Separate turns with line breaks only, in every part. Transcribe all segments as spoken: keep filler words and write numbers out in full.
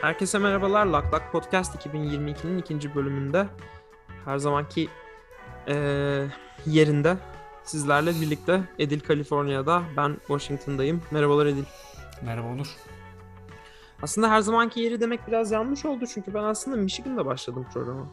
Herkese merhabalar. Lak Lak Podcast iki bin yirmi ikinin ikinci bölümünde her zamanki eee, yerinde sizlerle birlikte Edil Kaliforniya'da, ben Washington'dayım. Merhabalar Edil.
Merhaba Onur.
Aslında her zamanki yeri demek biraz yanlış oldu çünkü ben aslında Michigan'da başladım programa.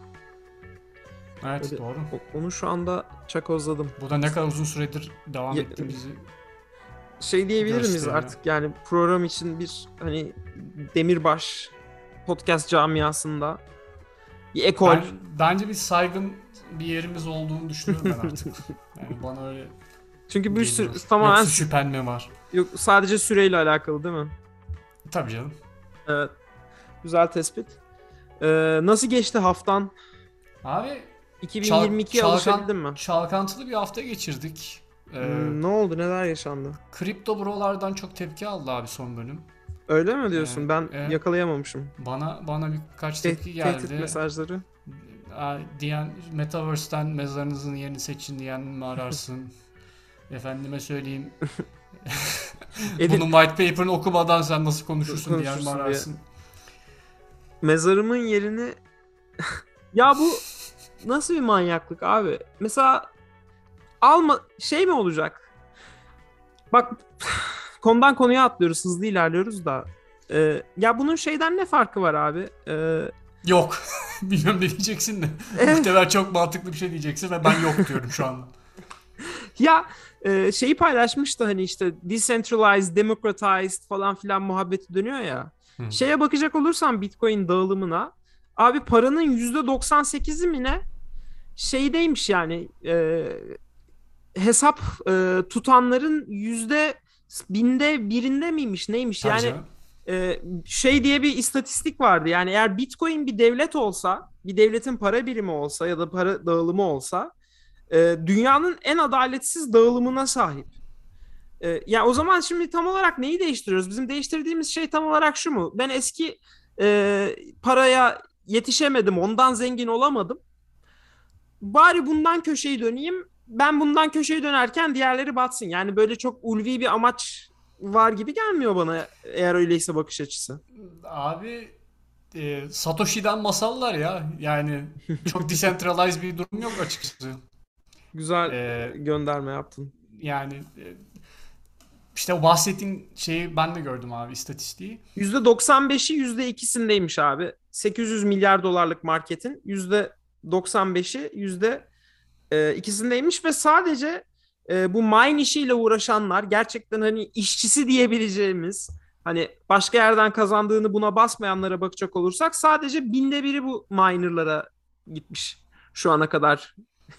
Evet,
Öyle,
doğru.
o- onu şu anda çakozladım.
Bu da ne kadar uzun süredir devam
Ya-
etti bizi
Şey diyebilir miyiz
gösteriyor.
artık, yani program için bir hani demirbaş podcast camiasında bir ekol.
Ben, bence bir saygın bir yerimiz olduğunu düşünüyorum ben artık. Yani bana öyle
Çünkü bir sürü
geliyor.
tamamen
Yoksa şüphen mi var?
yok, sadece süreyle alakalı değil mi?
Tabii canım.
Evet. Güzel tespit. Ee, nasıl geçti haftan?
Abi
iki bin yirmi ikiye
çal-
alışabildin mi?
çalkantılı bir hafta geçirdik. Ee,
Hmm, ne oldu? Neler yaşandı?
kripto brolardan çok tepki aldı abi son bölüm.
Öyle mi diyorsun?
Ee,
Ben
evet.
yakalayamamışım.
Bana bana birkaç
Te-
tepki
tehdit
geldi.
mesajları.
Aa, diyen Metaverse'ten mezarınızın yerini seçin diyen mi ararsın? Efendime söyleyeyim.
Edil,
Bunun white paper'ını okumadan sen nasıl konuşursun diyen mi
konuşursun diye.
ararsın?
Mezarımın yerini... Ya bu nasıl bir manyaklık abi? Mesela alma... Şey mi olacak? Bak, konudan konuya atlıyoruz. Hızlı ilerliyoruz da. Ee, ya bunun şeyden ne farkı var abi? Ee,
Yok. Bilmiyorum ne diyeceksin de.
Evet.
Muhtemelen çok mantıklı bir şey diyeceksin ve ben yok diyorum şu anda.
Ya e, şeyi paylaşmıştı, hani işte decentralized, democratized falan filan muhabbeti dönüyor ya.
Hı.
Şeye bakacak olursan Bitcoin dağılımına, abi paranın yüzde doksan sekizi mi ne şeydeymiş yani, e, hesap e, tutanların yüzde binde birinde miymiş neymiş
Tabii
yani,
canım.
e, şey diye bir istatistik vardı. Yani eğer Bitcoin bir devlet olsa, bir devletin para birimi olsa ya da para dağılımı olsa, e, dünyanın en adaletsiz dağılımına sahip. E, yani o zaman şimdi tam olarak neyi değiştiriyoruz? Bizim değiştirdiğimiz şey tam olarak şu mu? Ben eski e, paraya yetişemedim, ondan zengin olamadım. Bari bundan köşeyi döneyim. Ben bundan köşeyi dönerken diğerleri batsın. Yani böyle çok ulvi bir amaç var gibi gelmiyor bana, eğer öyleyse bakış açısı.
Abi e, Satoshi'den masallar ya. Yani çok decentralized bir durum yok açıkçası.
Güzel
E,
gönderme yaptın.
yani e, işte o bahsettiğin şeyi ben de gördüm abi, istatistiği.
yüzde doksan beşi yüzde ikisindeymiş abi. sekiz yüz milyar dolarlık marketin yüzde doksan beşi yüzde ikisindeymiş ve sadece e, bu mine işiyle uğraşanlar, gerçekten hani işçisi diyebileceğimiz, hani başka yerden kazandığını buna basmayanlara bakacak olursak, sadece binde biri bu minerlara gitmiş şu ana kadar.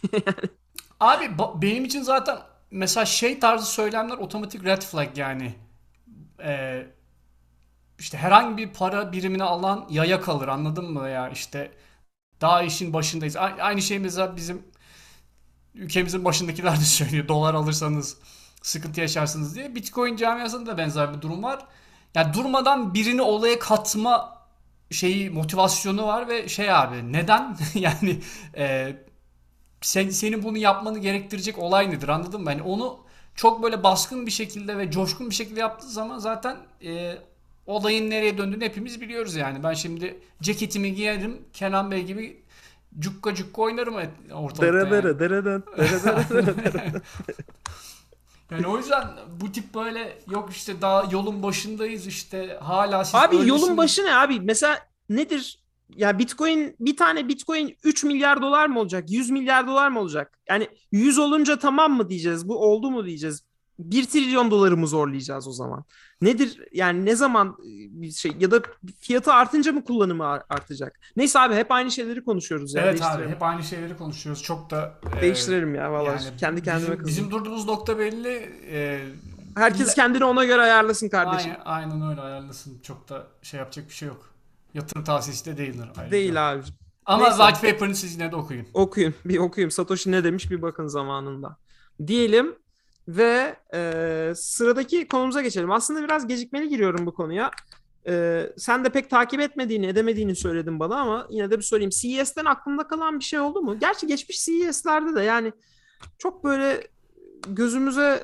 Abi ba- benim için zaten mesela şey tarzı söylemler otomatik red flag yani. Ee, işte herhangi bir para birimini alan yaya kalır, anladın mı ya, işte daha işin başındayız. A- aynı şey mesela bizim ülkemizin başındakiler de söylüyor. Dolar alırsanız sıkıntı yaşarsınız diye. Bitcoin camiasında da benzer bir durum var. Yani durmadan birini olaya katma şeyi, motivasyonu var ve şey abi, neden? Yani e, sen, senin bunu yapmanı gerektirecek olay nedir, anladın mı? Yani onu çok böyle baskın bir şekilde ve coşkun bir şekilde yaptığı zaman zaten e, olayın nereye döndüğünü hepimiz biliyoruz yani. Ben şimdi ceketimi giyerim, Kenan Bey gibi cukka cukka oynarım ortalıkta
Dere
yani.
dere dere dere dere dere dere.
Yani o yüzden bu tip böyle, yok işte daha yolun başındayız, işte hala siz
Abi yolun
öylesiniz.
başı ne abi? Mesela nedir? Ya Bitcoin, bir tane Bitcoin üç milyar dolar mı olacak? yüz milyar dolar mı olacak? Yani yüz olunca tamam mı diyeceğiz? Bu oldu mu diyeceğiz? Bir trilyon doları mı zorlayacağız o zaman? Nedir? Yani ne zaman e, bir şey, ya da fiyatı artınca mı kullanımı artacak? Neyse abi, hep aynı şeyleri konuşuyoruz ya.
Evet abi,
Değiştirelim.
hep aynı şeyleri konuşuyoruz. Çok da e,
Değiştirelim ya vallahi.
yani
Kendi kendime
bizim
kızdım.
bizim durduğumuz nokta belli. E,
Herkes
illa-
kendini ona göre ayarlasın kardeşim.
aynen, aynen öyle ayarlasın. Çok da şey yapacak bir şey yok. Yatırım tavsiyesi de değildir ayrıca.
Değil abicim.
Ama
Neyse.
white paper'ını siz yine de okuyun.
Okuyun, bir okuyayım. Satoshi ne demiş bir bakın zamanında. Diyelim ve e, sıradaki konumuza geçelim. Aslında biraz gecikmeli giriyorum bu konuya. E, sen de pek takip etmediğini, edemediğini söyledin bana, ama yine de bir sorayım. C E S'ten aklında kalan bir şey oldu mu? Gerçi geçmiş C E S'lerde de yani çok böyle gözümüze...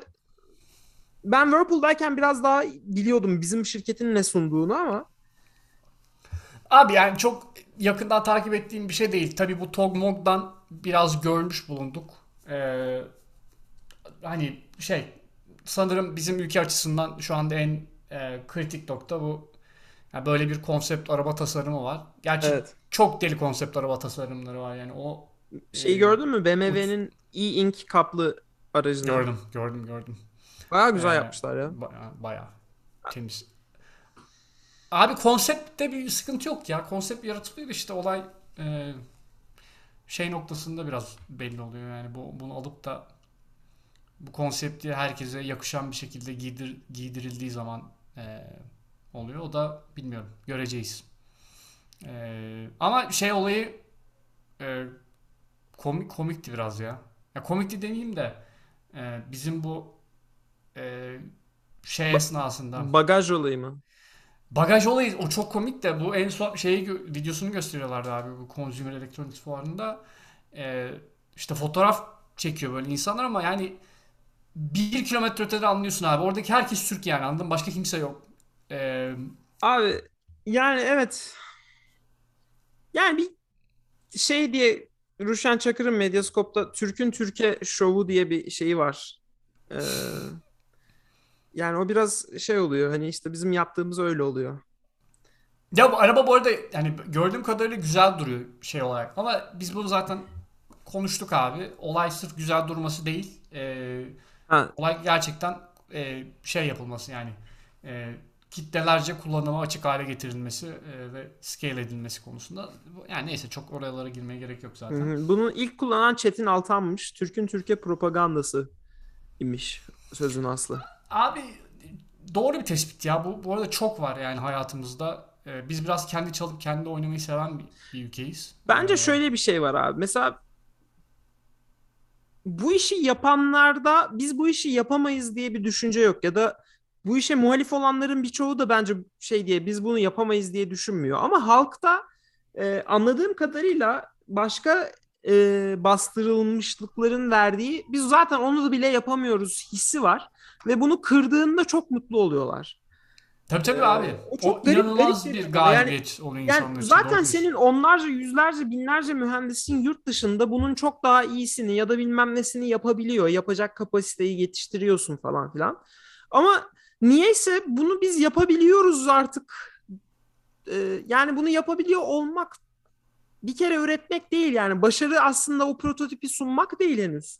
Ben Whirlpool'dayken biraz daha biliyordum bizim şirketin ne sunduğunu, ama
Abi yani çok yakından takip ettiğim bir şey değil. Tabii bu Tog Mog'dan biraz görmüş bulunduk. Ee, hani şey sanırım bizim ülke açısından şu anda en e, kritik nokta bu. Yani böyle bir konsept araba tasarımı var. Gerçi
Evet.
çok deli konsept araba tasarımları var yani o
Şeyi
e,
gördün mü?
uç.
B M W'nin E-Ink kaplı aracını.
Gördüm, gördüm, gördüm.
Bayağı güzel
Ee,
yapmışlar ya.
baya, bayağı temiz. Abi konseptte bir sıkıntı yok ya. Konsept yaratılıyor işte olay e, şey noktasında biraz belli oluyor yani bu bunu alıp da bu konsepti herkese yakışan bir şekilde giydir, giydirildiği zaman e, oluyor. O da bilmiyorum. Göreceğiz. E, ama şey olayı e, komik komikti biraz ya. Ya komikti demeyeyim de e, bizim bu e, şey
Ba-
esnasında
bagaj olayı mı?
bagaj olayı o çok komik de bu en son şeyi gö- videosunu gösteriyorlardı abi bu Consumer Electronics fuarında. E, işte fotoğraf çekiyor böyle insanlar ama yani bir kilometre ötede anlıyorsun abi. Oradaki herkes Türk yani anladın mı? Başka kimse yok. Ee,
Abi yani evet. Yani bir şey diye Ruşen Çakır'ın Medyascope'da Türk'ün Türkiye şovu diye bir şeyi var. Ee, yani o biraz şey oluyor. Hani işte bizim yaptığımız öyle oluyor.
ya bu araba bu arada yani gördüğüm kadarıyla güzel duruyor şey olarak. Ama biz bunu zaten konuştuk abi. Olay sırf güzel durması değil. Ee,
Ha,
olay gerçekten e, şey yapılması yani. E, kitlelerce kullanıma açık hale getirilmesi e, ve scale edilmesi konusunda. Yani neyse çok oralara girmeye gerek yok
hı
zaten.
hı. Bunu ilk kullanan Çetin Altan'mış. Türk'ün Türkiye propagandası imiş sözün aslı.
Abi doğru bir tespit ya. Bu, bu arada çok var yani hayatımızda. Ee, biz biraz kendi çalıp kendi oynamayı seven bir, bir ülkeyiz.
Bence
Ee,
şöyle bir şey var abi. Mesela bu işi yapanlarda biz bu işi yapamayız diye bir düşünce yok ya da bu işe muhalif olanların birçoğu da bence şey diye biz bunu yapamayız diye düşünmüyor. Ama halkta e, anladığım kadarıyla başka e, bastırılmışlıkların verdiği biz zaten onu da bile yapamıyoruz hissi var ve bunu kırdığında çok mutlu oluyorlar.
tabii
E,
tabii abi.
o
O
çok garip garip
inanılmaz bir
geliyor bana. Yani
galibiyet oluyor
yani
insanlar için. Doğru
zaten
diyorsun.
senin onlarca, yüzlerce, binlerce mühendisin yurt dışında bunun çok daha iyisini ya da bilmem nesini yapabiliyor. Yapacak kapasiteyi yetiştiriyorsun falan filan. Ama niyeyse bunu biz yapabiliyoruz artık. Ee, yani bunu yapabiliyor olmak bir kere üretmek değil yani. Başarı aslında o prototipi sunmak değil henüz.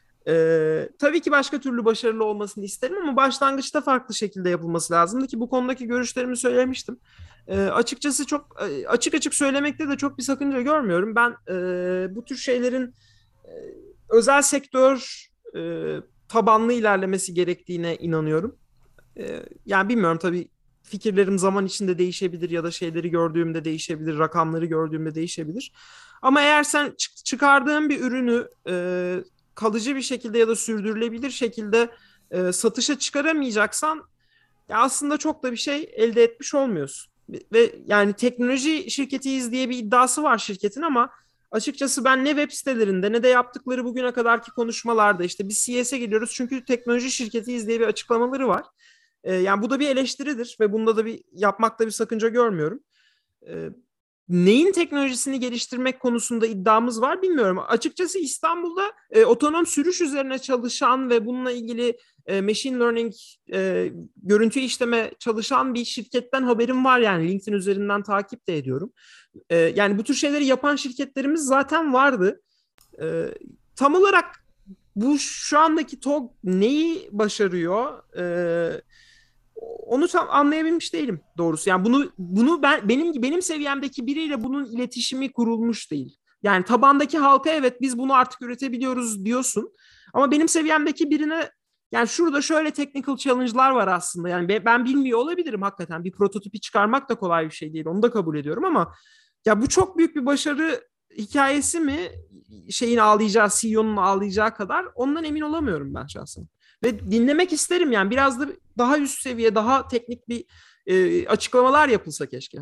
Ee, tabii ki başka türlü başarılı olmasını isterim ama başlangıçta farklı şekilde yapılması lazımdı ki bu konudaki görüşlerimi söylemiştim. Ee, açıkçası çok e, açık açık söylemekte de çok bir sakınca görmüyorum. Ben e, bu tür şeylerin e, özel sektör e, tabanlı ilerlemesi gerektiğine inanıyorum. E, yani bilmiyorum tabii fikirlerim zaman içinde değişebilir ya da şeyleri gördüğümde değişebilir, rakamları gördüğümde değişebilir. Ama eğer sen çık- çıkardığın bir ürünü e, kalıcı bir şekilde ya da sürdürülebilir şekilde e, satışa çıkaramayacaksan ya aslında çok da bir şey elde etmiş olmuyorsun. Ve yani teknoloji şirketiyiz diye bir iddiası var şirketin ama açıkçası ben ne web sitelerinde ne de yaptıkları bugüne kadarki konuşmalarda işte biz C S'e gidiyoruz çünkü teknoloji şirketiyiz diye bir açıklamaları var. E, yani bu da bir eleştiridir ve bunda da bir yapmakta bir sakınca görmüyorum. E, neyin teknolojisini geliştirmek konusunda iddiamız var bilmiyorum. Açıkçası İstanbul'da e, otonom sürüş üzerine çalışan ve bununla ilgili e, machine learning e, görüntü işleme çalışan bir şirketten haberim var yani LinkedIn üzerinden takip de ediyorum. E, yani bu tür şeyleri yapan şirketlerimiz zaten vardı. E, tam olarak bu şu andaki TOG neyi başarıyor? E, onu tam anlayabilmiş değilim doğrusu. Yani bunu bunu ben benim benim seviyemdeki biriyle bunun iletişimi kurulmuş değil. Yani tabandaki halka evet biz bunu artık üretebiliyoruz diyorsun. Ama benim seviyemdeki birine yani şurada şöyle technical challenge'lar var aslında. Yani ben bilmiyor olabilirim hakikaten. Bir prototipi çıkarmak da kolay bir şey değil. Onu da kabul ediyorum ama ya bu çok büyük bir başarı hikayesi mi? Şeyin ağlayacağı, C E O'nun ağlayacağı kadar ondan emin olamıyorum ben şahsen. Ve dinlemek isterim yani biraz da daha üst seviye, daha teknik bir e, açıklamalar yapılsa keşke.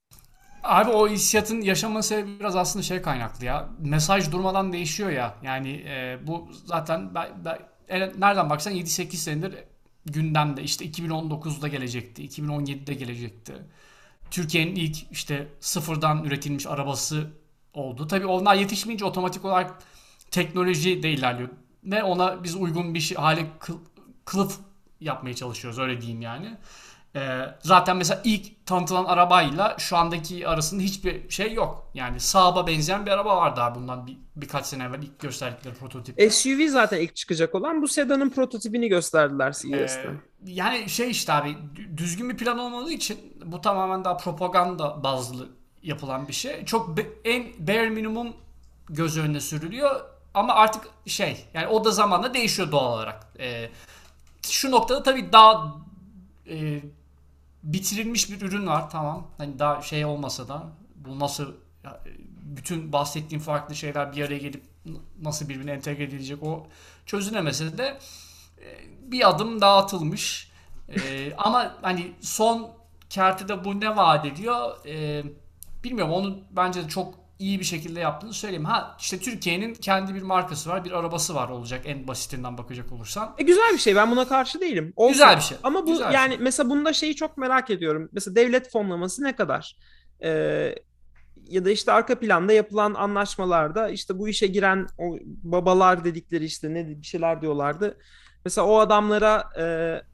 Abi o hissiyatın yaşama sebebi biraz aslında şey kaynaklı ya. Mesaj durmadan değişiyor ya. Yani e, bu zaten ben, ben- e, nereden baksan yedi sekiz senedir gündemde. İşte iki bin on dokuzda gelecekti, iki bin on yedide gelecekti. Türkiye'nin ilk işte sıfırdan üretilmiş arabası oldu. Tabii onlar yetişmeyince otomatik olarak teknoloji de ilerliyor. Ve ona biz uygun bir şey, hale kıl- kılıf yapmaya çalışıyoruz, öyle diyeyim yani. Ee, zaten mesela ilk tanıtılan arabayla şu andaki arasında hiçbir şey yok. Yani Saab'a benzeyen bir araba var daha bundan bir, birkaç sene evvel ilk gösterdikleri prototipte.
S U V zaten ilk çıkacak olan, bu sedanın prototipini gösterdiler C E S'te.
Ee, yani şey işte abi, düzgün bir plan olmadığı için bu tamamen daha propaganda bazlı yapılan bir şey. Çok be- en bare minimum göz önüne sürülüyor ama artık şey, yani o da zamanla değişiyor doğal olarak. Ee, şu noktada tabii daha e, bitirilmiş bir ürün var, tamam. Hani daha şey olmasa da bu nasıl, bütün bahsettiğim farklı şeyler bir araya gelip nasıl birbirine entegre edilecek o çözülemese de bir adım daha atılmış. Ee, ama hani son kertede bu ne vaat ediyor? Ee, bilmiyorum, onu bence de çok iyi bir şekilde yaptığını söyleyeyim. Ha işte Türkiye'nin kendi bir markası var, bir arabası var olacak en basitinden bakacak olursan.
E güzel bir şey. Ben buna karşı değilim. Olsun.
Güzel bir şey.
Ama bu
Güzel bir şey.
yani mesela bunda şeyi çok merak ediyorum. Mesela devlet fonlaması ne kadar? Ee, Ya da işte arka planda yapılan anlaşmalarda işte bu işe giren o babalar dedikleri işte ne bir şeyler diyorlardı. Mesela o adamlara e,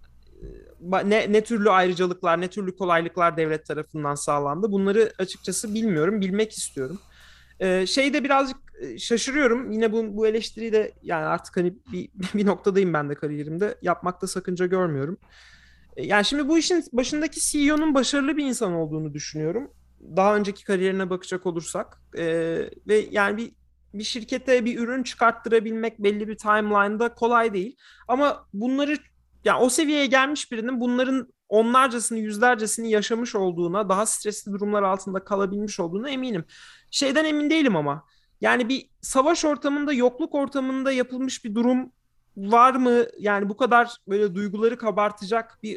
ne, ne türlü ayrıcalıklar, ne türlü kolaylıklar devlet tarafından sağlandı. Bunları açıkçası bilmiyorum, bilmek istiyorum. Ee, şeyde birazcık e, şaşırıyorum. Yine bu, bu eleştiriyi de yani artık hani bir, bir noktadayım ben de kariyerimde. Yapmakta sakınca görmüyorum. E, Yani şimdi bu işin başındaki C E O'nun başarılı bir insan olduğunu düşünüyorum. Daha önceki kariyerine bakacak olursak. E, ve yani bir bir şirkete bir ürün çıkarttırabilmek belli bir timeline'da kolay değil. Ama bunları yani o seviyeye gelmiş birinin bunların onlarcasını, yüzlercesini yaşamış olduğuna, daha stresli durumlar altında kalabilmiş olduğuna eminim. Şeyden emin değilim ama. Yani bir savaş ortamında, yokluk ortamında yapılmış bir durum var mı? Yani bu kadar böyle duyguları kabartacak bir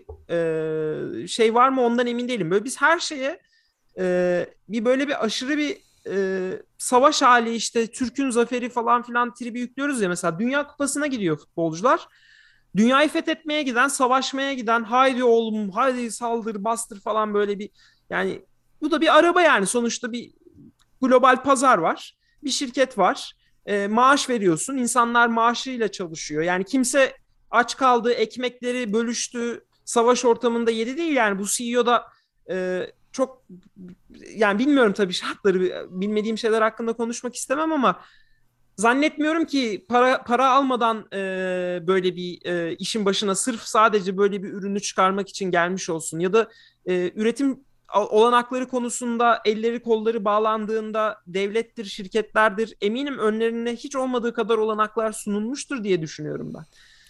e, şey var mı? Ondan emin değilim. Böyle biz her şeye e, bir böyle bir aşırı bir e, savaş hali işte Türk'ün zaferi falan filan tribi yüklüyoruz ya. Mesela Dünya Kupası'na gidiyor futbolcular. Dünyayı fethetmeye giden, savaşmaya giden, haydi oğlum, haydi saldır, bastır falan böyle bir yani bu da bir araba yani sonuçta bir global pazar var. Bir şirket var. E, maaş veriyorsun. İnsanlar maaşıyla çalışıyor. Yani kimse aç kaldı, ekmekleri bölüştü, savaş ortamında yedi değil. Yani bu C E O da e, çok yani bilmiyorum tabii şartları bilmediğim şeyler hakkında konuşmak istemem ama zannetmiyorum ki para para almadan e, böyle bir e, işin başına sırf sadece böyle bir ürünü çıkarmak için gelmiş olsun ya da e, üretim olanakları konusunda elleri kolları bağlandığında devlettir, şirketlerdir eminim önlerine hiç olmadığı kadar olanaklar sunulmuştur diye düşünüyorum ben.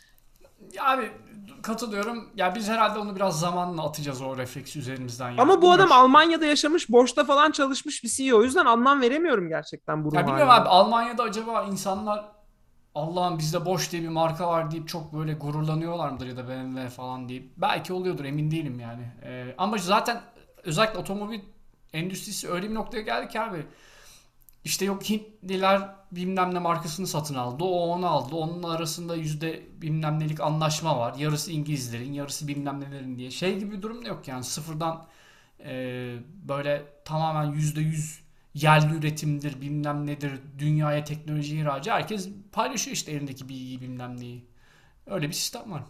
Ya abi, katılıyorum. Ya biz herhalde onu biraz zamanla atacağız o refleksi üzerimizden ya.
Ama bu
Bilmiyorum.
adam Almanya'da yaşamış, boşta falan çalışmış bir C E O. O yüzden anlam veremiyorum gerçekten bu ruh
Ya bilmiyorum abi,
haline.
Almanya'da acaba insanlar Allah'ım bizde Bosch diye bir marka var deyip çok böyle gururlanıyorlar mıdır, ya da B M W falan deyip. Belki oluyordur, emin değilim yani. Ee, ama zaten özellikle otomobil endüstrisi öyle bir noktaya geldi ki abi. İşte yok Hintliler bilmem ne markasını satın aldı. O onu aldı. Onun arasında yüzde bilmem nelik anlaşma var. Yarısı İngilizlerin, yarısı bilmem nelerin diye. Şey gibi bir durum da yok yani. Sıfırdan e, böyle tamamen yüzde yüz yerli üretimdir, bilmem nedir, dünyaya teknoloji ihracı. Herkes paylaşıyor işte elindeki bilgiyi, bilmem neyi. Öyle bir sistem var.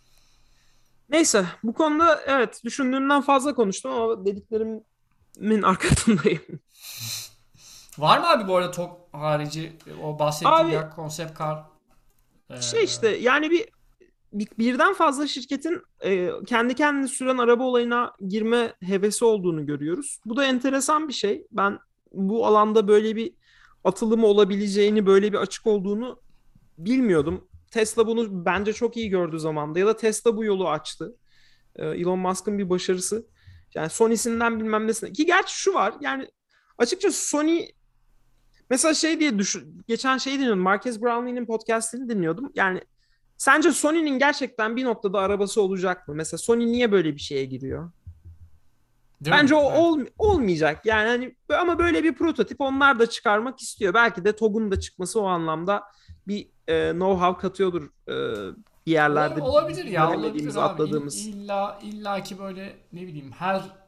Neyse bu konuda evet düşündüğümden fazla konuştum ama dediklerimin arkasındayım.
Var mı abi bu arada tok harici o bahsettiğim
Abi
ya konsept car? Ee,
şey işte yani bir, bir birden fazla şirketin e, kendi kendine süren araba olayına girme hevesi olduğunu görüyoruz. Bu da enteresan bir şey. Ben bu alanda böyle bir atılımı olabileceğini, böyle bir açık olduğunu bilmiyordum. Tesla bunu bence çok iyi gördü zamanda ya da Tesla bu yolu açtı. E, Elon Musk'ın bir başarısı. Yani Sony'sinden bilmem nesine. Ki gerçi şu var yani açıkçası Sony mesela şey diye düşün, geçen şey dinliyordum. Marques Brownlee'nin podcastini dinliyordum. Yani sence Sony'nin gerçekten bir noktada arabası olacak mı? Mesela Sony niye böyle bir şeye giriyor?
değil mi?
Bence o
Evet.
ol, olmayacak. Yani hani ama böyle bir prototip onlar da çıkarmak istiyor. Belki de TOG'un da çıkması o anlamda bir e, know-how katıyordur e, bir
Ola-
yerlerde
Olabilir
bizim
ya, olabilir
göremediğimiz,
abi. İll-
atladığımız.
İlla illa ki böyle ne bileyim her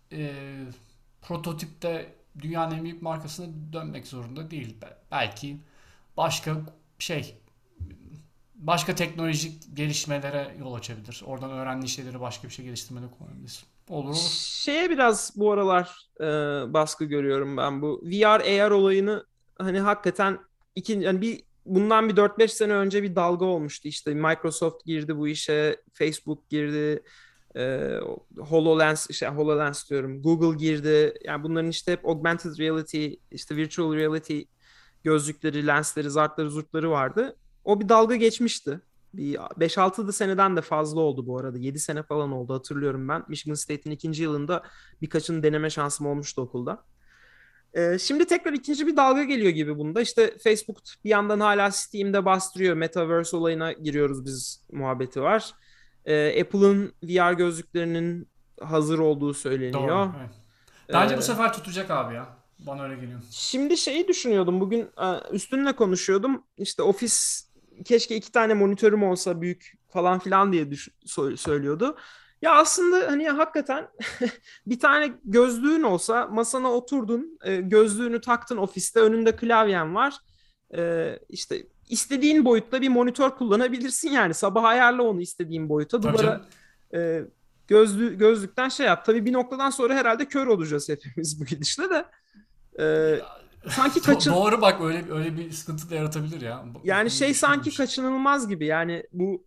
e, prototipte dünyanın en büyük markasına dönmek zorunda değil. Be- Belki başka şey başka teknolojik gelişmelere yol açabilir. Oradan öğrendiği şeyleri başka bir şey geliştirmede kullanabilir. Olur olur.
Şeye biraz bu aralar e, baskı görüyorum ben, bu V R A R olayını. Hani hakikaten iki, yani bir bundan bir dört beş sene önce bir dalga olmuştu, işte Microsoft girdi bu işe, Facebook girdi, e, HoloLens, işte HoloLens diyorum, Google girdi. Yani bunların işte hep augmented reality, işte virtual reality gözlükleri, lensleri, zartları, zurtları vardı. O bir dalga geçmişti. Bir beş altı seneden de fazla oldu bu arada. Yedi sene falan oldu, hatırlıyorum ben. Michigan State'in ikinci yılında birkaçını deneme şansım olmuştu okulda. Ee, şimdi tekrar ikinci bir dalga geliyor gibi bunda. İşte Facebook bir yandan hala Steam'de bastırıyor. Metaverse olayına giriyoruz biz muhabbeti var. Ee, Apple'ın V R gözlüklerinin hazır olduğu
Doğru.
söyleniyor.
Evet. Bence bu
Ee,
sefer tutacak abi ya. Bana öyle geliyor.
Şimdi şeyi düşünüyordum. Bugün e, üstünle konuşuyordum. İşte ofis, keşke iki tane monitörüm olsa büyük falan filan diye düş- so- söylüyordu. Ya aslında hani hakikaten bir tane gözlüğün olsa, masana oturdun, e, gözlüğünü taktın ofiste, önünde klavyen var. E, işte istediğin boyutta bir monitör kullanabilirsin yani. Sabah ayarla onu istediğin boyuta.
Tabii
Duvara
canım.
e, gözlü gözlükten şey yap. Tabii bir noktadan sonra herhalde kör olacağız hepimiz bu gidişle de. E,
Ya,
sanki
do-
kaçın
doğru bak, öyle öyle bir sıkıntı da yaratabilir ya. Bu, bu
yani
konuyu
şey sanki
düşünmemiştim.
kaçınılmaz gibi. Yani bu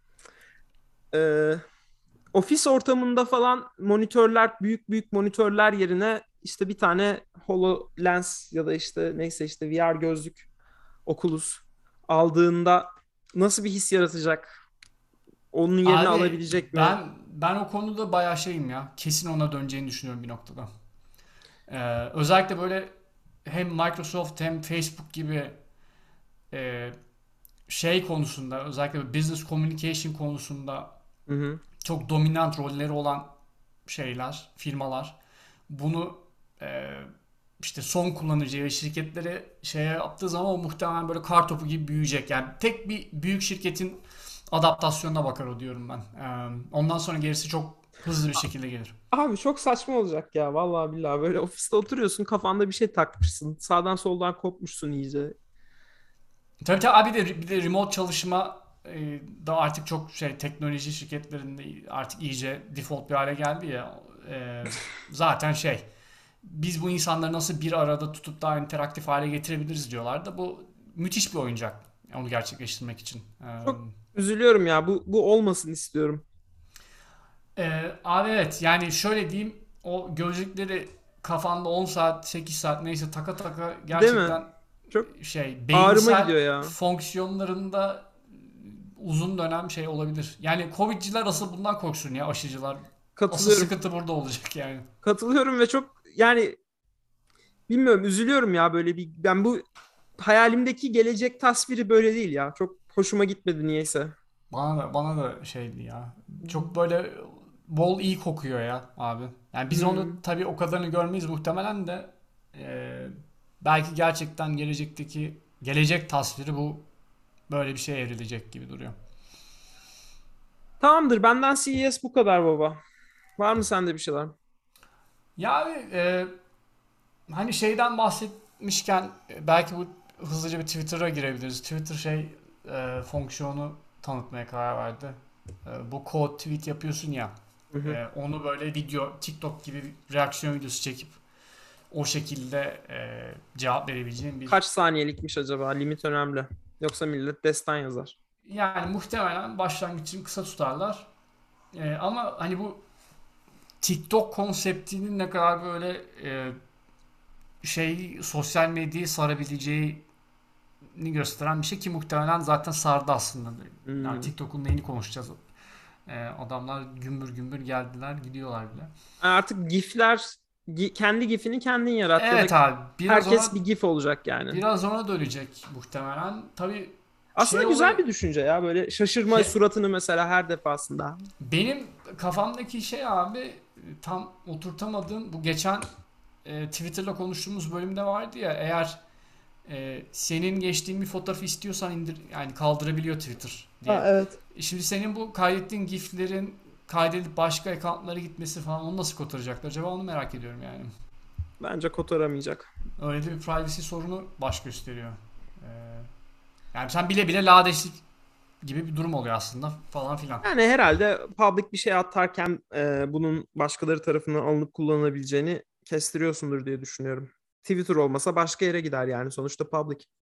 e, ofis ortamında falan monitörler, büyük büyük monitörler yerine işte bir tane HoloLens ya da işte neyse işte V R gözlük, Oculus aldığında nasıl bir his yaratacak? Onun yerini
Abi
alabilecek mi?
ben ben o konuda bayağı şeyim ya. Kesin ona döneceğini düşünüyorum bir noktada. Ee, özellikle böyle hem Microsoft hem Facebook gibi e, şey konusunda, özellikle business communication konusunda
Hı hı.
çok dominant rolleri olan şeyler, firmalar bunu e, işte son kullanıcıya ve şirketlere şey yaptığı zaman o muhtemelen böyle kar topu gibi büyüyecek. Yani tek bir büyük şirketin adaptasyonuna bakar o, diyorum ben. E, ondan sonra gerisi çok hızlı bir şekilde gelir.
Abi çok saçma olacak ya, vallahi billahi. Böyle ofiste oturuyorsun, kafanda bir şey takmışsın, sağdan soldan kopmuşsun iyice.
Tabii tabii abi, bir de, bir de remote çalışma e, da artık çok şey, teknoloji şirketlerinde artık iyice default bir hale geldi ya. E, zaten şey, biz bu insanları nasıl bir arada tutup daha interaktif hale getirebiliriz diyorlar da bu müthiş bir oyuncak onu gerçekleştirmek için.
Çok üzülüyorum ya, bu bu olmasın istiyorum.
Ee, e, abi evet, yani şöyle diyeyim, o gözlükleri kafanda on saat sekiz saat neyse taka taka
Değil mi?
gerçekten
Çok
şey,
ağrıma
beyinsel
gidiyor ya.
fonksiyonlarında uzun dönem şey olabilir. Yani Covid'ciler asıl bundan korksun ya, aşıcılar. Asıl
Katılıyorum.
sıkıntı burada olacak yani.
Katılıyorum ve çok yani bilmiyorum, üzülüyorum ya, böyle bir, ben bu hayalimdeki gelecek tasviri böyle değil ya. Çok hoşuma gitmedi niyeyse.
Bana da bana da şeydi ya. Çok böyle bol iyi kokuyor ya abi. Yani biz onu
Hmm.
tabii o kadarını görmeyiz muhtemelen de e, belki gerçekten gelecekteki gelecek tasviri bu, böyle bir şeye evrilecek gibi duruyor.
Tamamdır, benden C E S bu kadar baba. Var mı sende bir şeyler?
Ya abi e, hani şeyden bahsetmişken e, belki bu hızlıca bir Twitter'a girebiliriz. Twitter şey e, fonksiyonu tanıtmaya karar verdi. E, bu code tweet yapıyorsun ya.
Hı hı.
e, onu böyle video, TikTok gibi bir reaksiyon videosu çekip o şekilde e, cevap verebileceğim bir,
Kaç saniyelikmiş acaba? Limit önemli. Yoksa millet destan yazar.
yani muhtemelen başlangıç için kısa tutarlar. E, ama hani bu TikTok konseptinin ne kadar böyle e, şey, sosyal medyayı sarabileceğini gösteren bir şey ki muhtemelen zaten sardı aslında. Yani
Hmm.
TikTok'un neyini konuşacağız? E, adamlar gümbür gümbür geldiler, gidiyorlar bile.
Artık GIF'ler, gi- kendi GIF'ini kendin yarat ya da
Evet abi, biraz
herkes
ona
bir GIF olacak yani.
biraz ona dönecek muhtemelen. Tabii
Aslında
şey
güzel
olayı,
bir düşünce ya, böyle şaşırma
ya,
suratını mesela her defasında.
benim kafamdaki şey abi, tam oturtamadığım, bu geçen e, Twitter'la konuştuğumuz bölümde vardı ya, eğer e, senin geçtiğin bir fotoğrafı istiyorsan indir, yani kaldırabiliyor Twitter
Ha,
diye.
evet.
Şimdi senin bu kaydettiğin giflerin kaydedip başka account'lara gitmesi falan, onu nasıl kotaracaklar acaba, onu merak ediyorum yani.
Bence kotaramayacak.
Öyle de bir privacy sorunu baş gösteriyor. Ee, yani sen bile bile lağdeşlik gibi bir durum oluyor aslında falan filan.
Yani herhalde public bir şey atarken e, bunun başkaları tarafından alınıp kullanılabileceğini kestiriyorsundur diye düşünüyorum. Twitter olmasa başka yere gider yani, sonuçta public.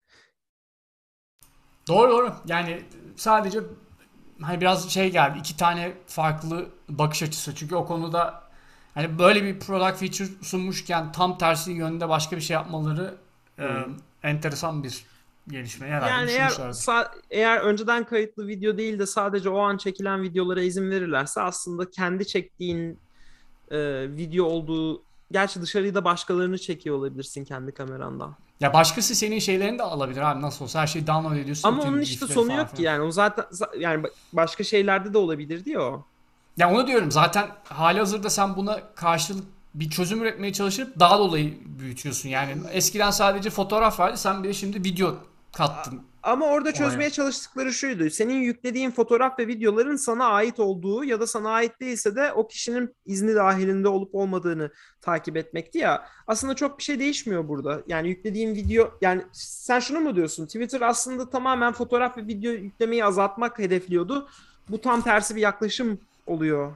Doğru doğru. Yani sadece hani biraz şey geldi. İki tane farklı bakış açısı. Çünkü o konuda hani böyle bir product feature sunmuşken tam tersi yönde başka bir şey yapmaları e, enteresan bir gelişme. Herhalde
Yani eğer
düşünmüşlerdir.
sa- eğer önceden kayıtlı video değil de sadece o an çekilen videolara izin verirlerse, aslında kendi çektiğin e, video olduğu, gerçi dışarıyı da başkalarını çekiyor olabilirsin kendi kamerandan.
Ya başkası senin şeylerini de alabilir abi, nasıl olsa her şeyi download ediyorsun ya,
Ama onun
tüm
işte
gifleri
sonu
falan
yok ki
filan.
yani, o zaten za- yani ba- başka şeylerde de olabilir diyor o.
Ya onu diyorum zaten, halihazırda sen buna karşılık bir çözüm üretmeye çalışıp daha da olayı büyütüyorsun. Yani eskiden sadece fotoğraf vardı, sen bir de şimdi video
A-
kattın
Ama orada
olaya.
çözmeye çalıştıkları şuydu: senin yüklediğin fotoğraf ve videoların sana ait olduğu ya da sana ait değilse de o kişinin izni dahilinde olup olmadığını takip etmekti ya. Aslında çok bir şey değişmiyor burada. Yani yüklediğin video, yani sen şunu mu diyorsun? Twitter aslında tamamen fotoğraf ve video yüklemeyi azaltmak hedefliyordu. Bu tam tersi bir yaklaşım oluyor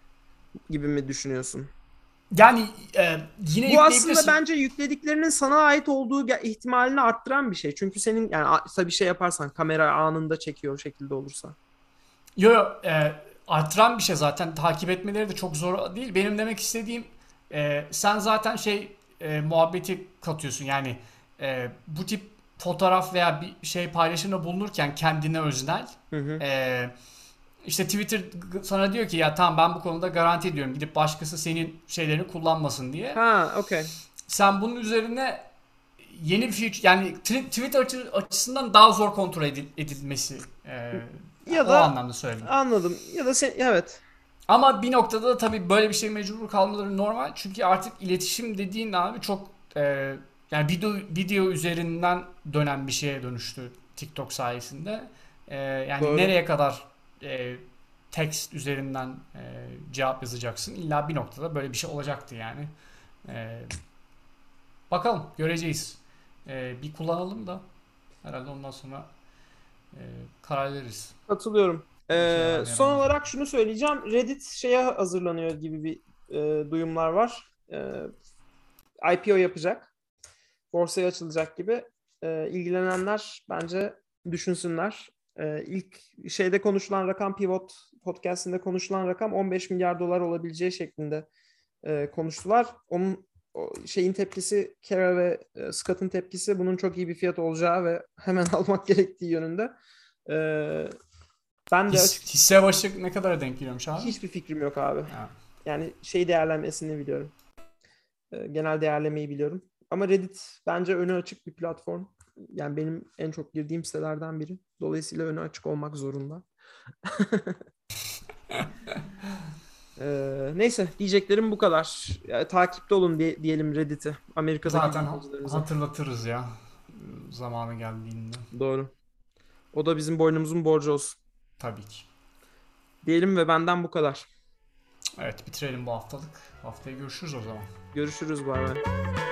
gibi mi düşünüyorsun?
Yani e, yine
Bu aslında
yükleyebilirsin.
bence yüklediklerinin sana ait olduğu ge- ihtimalini arttıran bir şey. Çünkü senin yani a- tabii bir şey yaparsan, kamera anında çekiyor o şekilde olursa.
Yo yo, e, artıran bir şey zaten, takip etmeleri de çok zor değil. Benim demek istediğim, e, sen zaten şey e, muhabbeti katıyorsun yani, e, bu tip fotoğraf veya bir şey paylaşımda bulunurken kendine öznel,
Hı hı.
e, işte Twitter sana diyor ki ya tamam, ben bu konuda garanti ediyorum, gidip başkası senin şeylerini kullanmasın diye.
Ha, okey.
Sen bunun üzerine yeni bir feature, yani tri- Twitter açı- açısından daha zor kontrol edil- edilmesi, e,
Ya
o
da
anlamda söyledim.
anladım. Ya da sen, evet.
Ama bir noktada da tabii böyle bir şey mecbur kalmaları normal. Çünkü artık iletişim dediğin abi çok e, yani video video üzerinden dönen bir şeye dönüştü TikTok sayesinde. E, yani
Doğru.
nereye kadar e, text üzerinden e, cevap yazacaksın? İlla bir noktada böyle bir şey olacaktı yani. E, bakalım, göreceğiz. E, bir kullanalım da herhalde ondan sonra e, karar veririz.
Katılıyorum.
İşe
Ee,
yarar
son
yaramaz.
olarak şunu söyleyeceğim. Reddit şeye hazırlanıyor gibi bir e, duyumlar var. Ee, I P O yapacak. Borsaya açılacak gibi. Ee, ilgilenenler bence düşünsünler. Ee, ilk şeyde konuşulan rakam, Pivot podcast'inde konuşulan rakam on beş milyar dolar olabileceği şeklinde e, konuştular. Onun o şeyin tepkisi, Kara ve e, Scott'ın tepkisi bunun çok iyi bir fiyat olacağı ve hemen almak gerektiği yönünde. Ee, ben de
His,
açık
hisse başı ne kadara denk geliyormuş abi?
hiçbir fikrim yok abi.
Ha.
Yani şey değerlenmesini biliyorum. Ee, genel değerlemeyi biliyorum. Ama Reddit bence önü açık bir platform. Yani benim en çok girdiğim sitelerden biri. Dolayısıyla önü açık olmak zorunda. Ee, neyse, diyeceklerim bu kadar. Yani, takipte olun diye, diyelim Reddit'i. Amerika'daki
Zaten
dinleyicilerimize.
hatırlatırız ya zamanı geldiğinde.
Doğru. O da bizim boynumuzun borcu olsun.
Tabii ki.
Diyelim ve benden bu kadar.
Evet, bitirelim bu haftalık. Haftaya görüşürüz o zaman.
Görüşürüz, bay bay.